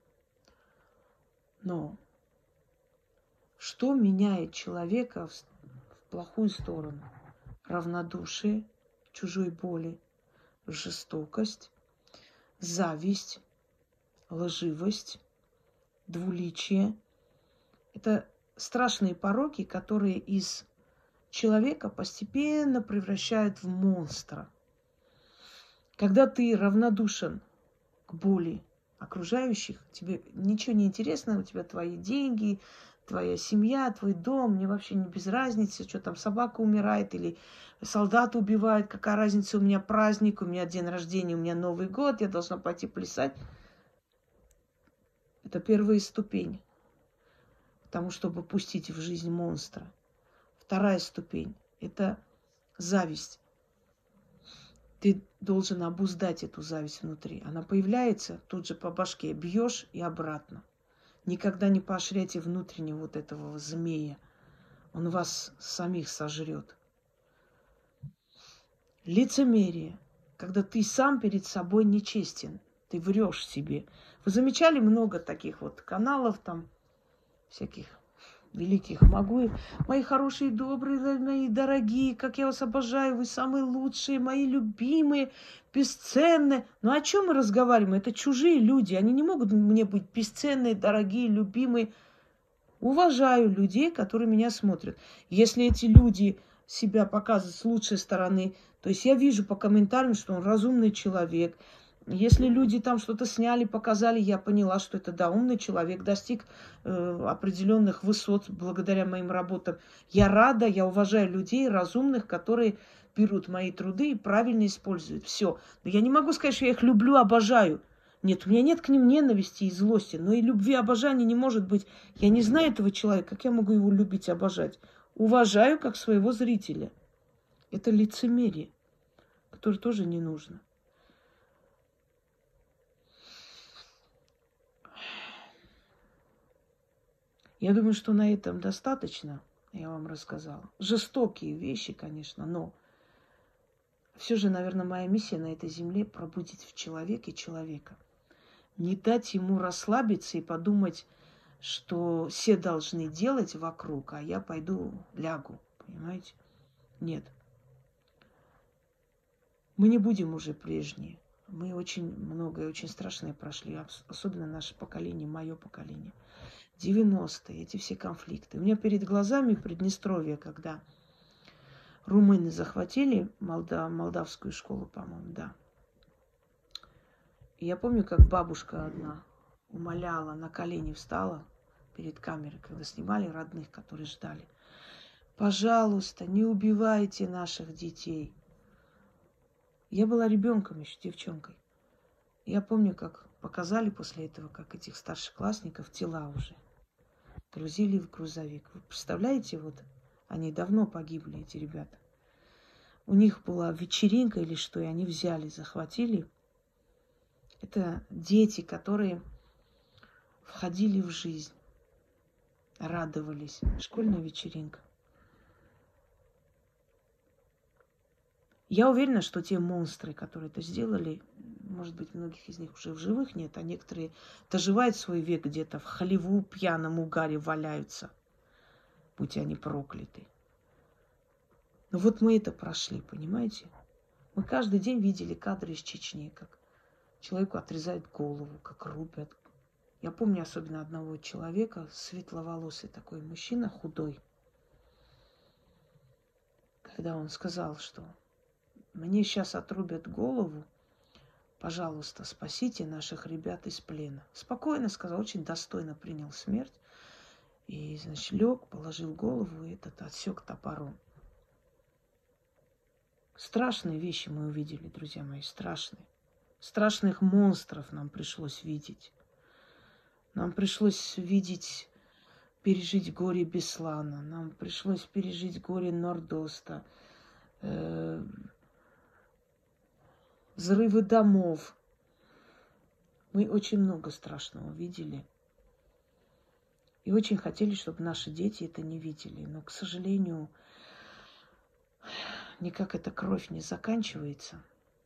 Но что меняет человека в плохую сторону? Равнодушие, чужой боли, жестокость, зависть, лживость, двуличие. Это страшные пороки, которые из человека постепенно превращают в монстра. Когда ты равнодушен к боли окружающих, тебе ничего не интересно, у тебя твои деньги, твоя семья, твой дом, мне вообще не без разницы, что там собака умирает или солдат убивает, какая разница, у меня праздник, у меня день рождения, у меня Новый год, я должна пойти плясать. Это первая ступень к тому, чтобы пустить в жизнь монстра. Вторая ступень – это зависть. Ты должен обуздать эту зависть внутри. Она появляется, тут же по башке бьешь и обратно. Никогда не поощряйте внутреннего вот этого змея. Он вас самих сожрет. Лицемерие. Когда ты сам перед собой нечестен. Ты врешь себе. Вы замечали много таких вот каналов там, всяких великих могу. Мои хорошие, добрые, мои дорогие, как я вас обожаю, вы самые лучшие, мои любимые, бесценные. Ну о чем мы разговариваем? Это чужие люди, они не могут мне быть бесценные, дорогие, любимые. Уважаю людей, которые меня смотрят. Если эти люди себя показывают с лучшей стороны, то есть я вижу по комментариям, что он разумный человек. Если люди там что-то сняли, показали, я поняла, что это, да, умный человек, достиг определенных высот благодаря моим работам. Я рада, я уважаю людей разумных, которые берут мои труды и правильно используют. Все. Но я не могу сказать, что я их люблю, обожаю. Нет, у меня нет к ним ненависти и злости, но и любви, обожания не может быть. Я не знаю этого человека, как я могу его любить и обожать? Уважаю как своего зрителя. Это лицемерие, которое тоже не нужно. Я думаю, что на этом достаточно, я вам рассказала. Жестокие вещи, конечно, но все же, наверное, моя миссия на этой земле пробудить в человеке человека. Не дать ему расслабиться и подумать, что все должны делать вокруг, а я пойду лягу, понимаете? Нет. Мы не будем уже прежние. Мы очень многое, очень страшное прошли, особенно наше поколение, мое поколение. 90-е, эти все конфликты. У меня перед глазами Приднестровье, когда румыны захватили молдавскую школу, по-моему, да. И я помню, как бабушка одна умоляла, на колени встала перед камерой, когда снимали родных, которые ждали. Пожалуйста, не убивайте наших детей. Я была ребенком еще, девчонкой. Я помню, как показали после этого, как этих старшеклассников тела уже грузили в грузовик. Вы представляете, вот они давно погибли, эти ребята. У них была вечеринка или что, и они взяли, захватили. Это дети, которые входили в жизнь, радовались. Школьная вечеринка. Я уверена, что те монстры, которые это сделали, может быть, многих из них уже в живых нет, а некоторые доживают свой век где-то в холеву, пьяном угаре валяются, будь они прокляты. Но вот мы это прошли, понимаете? Мы каждый день видели кадры из Чечни, как человеку отрезают голову, как рубят. Я помню особенно одного человека, светловолосый такой мужчина, худой, когда он сказал, что мне сейчас отрубят голову, пожалуйста, спасите наших ребят из плена. Спокойно сказал, очень достойно принял смерть. И, значит, лег, положил голову и этот отсек топором. Страшные вещи мы увидели, друзья мои, страшные. Страшных монстров нам пришлось видеть. Нам пришлось видеть, пережить горе Беслана. Нам пришлось пережить горе Нордоста. Взрывы домов. Мы очень много страшного видели. И очень хотели, чтобы наши дети это не видели. Но, к сожалению, никак эта кровь не заканчивается.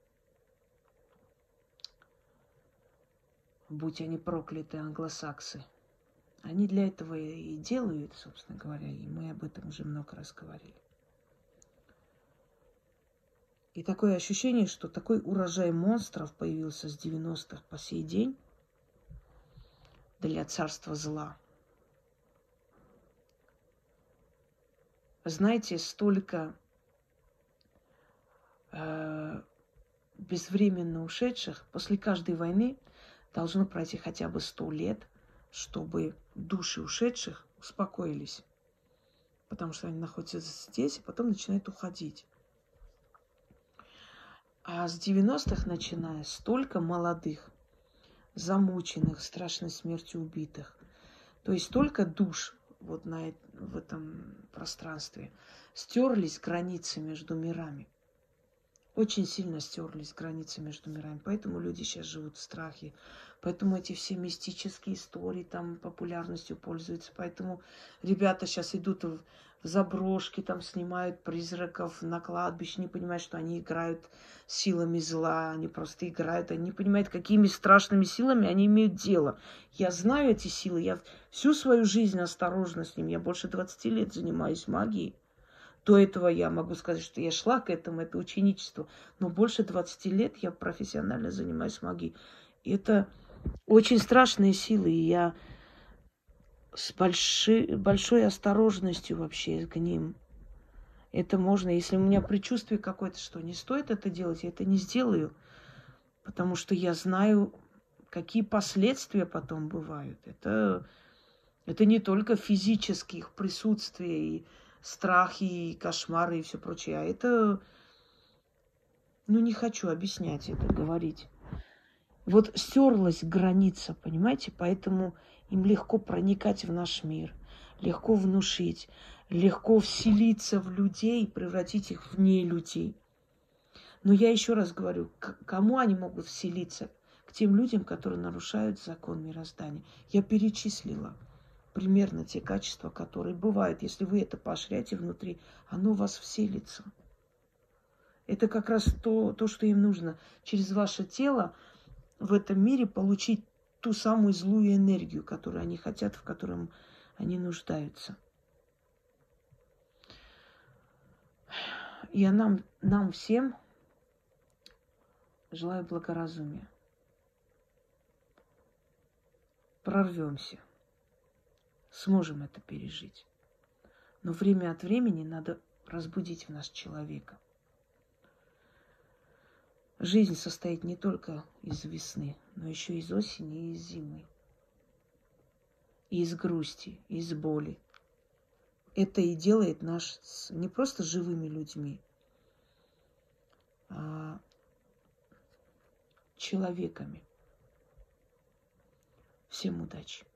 Будь они прокляты, англосаксы. Они для этого и делают, собственно говоря. И мы об этом уже много раз говорили. И такое ощущение, что такой урожай монстров появился с 90-х по сей день для царства зла. Знаете, столько безвременно ушедших, после каждой войны должно пройти хотя бы 100 лет, чтобы души ушедших успокоились. Потому что они находятся здесь, и потом начинают уходить. А с 90-х начиная столько молодых, замученных, страшной смертью убитых. То есть столько душ вот в этом пространстве. Стерлись границы между мирами. Очень сильно стерлись границы между мирами. Поэтому люди сейчас живут в страхе. Поэтому эти все мистические истории там популярностью пользуются. Поэтому ребята сейчас идут в заброшки, там снимают призраков на кладбище, не понимают, что они играют силами зла. Они просто играют. Они не понимают, какими страшными силами они имеют дело. Я знаю эти силы. Я всю свою жизнь осторожна с ними. Я больше 20 лет занимаюсь магией. До этого я могу сказать, что я шла к этому, это ученичество. Но больше 20 лет я профессионально занимаюсь магией. И это очень страшные силы. И я с большой осторожностью вообще к ним. Это можно, если у меня предчувствие какое-то, что не стоит это делать, я это не сделаю. Потому что я знаю, какие последствия потом бывают. Это не только физические их присутствие и страхи, и кошмары, и все прочее. А это, не хочу объяснять это, говорить. Вот стерлась граница, понимаете? Поэтому им легко проникать в наш мир, легко внушить, легко вселиться в людей, превратить их в нелюдей. Но я еще раз говорю, к кому они могут вселиться? К тем людям, которые нарушают закон мироздания. Я перечислила примерно те качества, которые бывают. Если вы это поощряете внутри, оно в вас вселится. Это как раз то, что им нужно. Через ваше тело в этом мире получить ту самую злую энергию, которую они хотят, в котором они нуждаются. Я нам всем желаю благоразумия. Прорвемся. Сможем это пережить. Но время от времени надо разбудить в нас человека. Жизнь состоит не только из весны, но еще из осени и из зимы. И из грусти, и из боли. Это и делает нас не просто живыми людьми, а человеками. Всем удачи!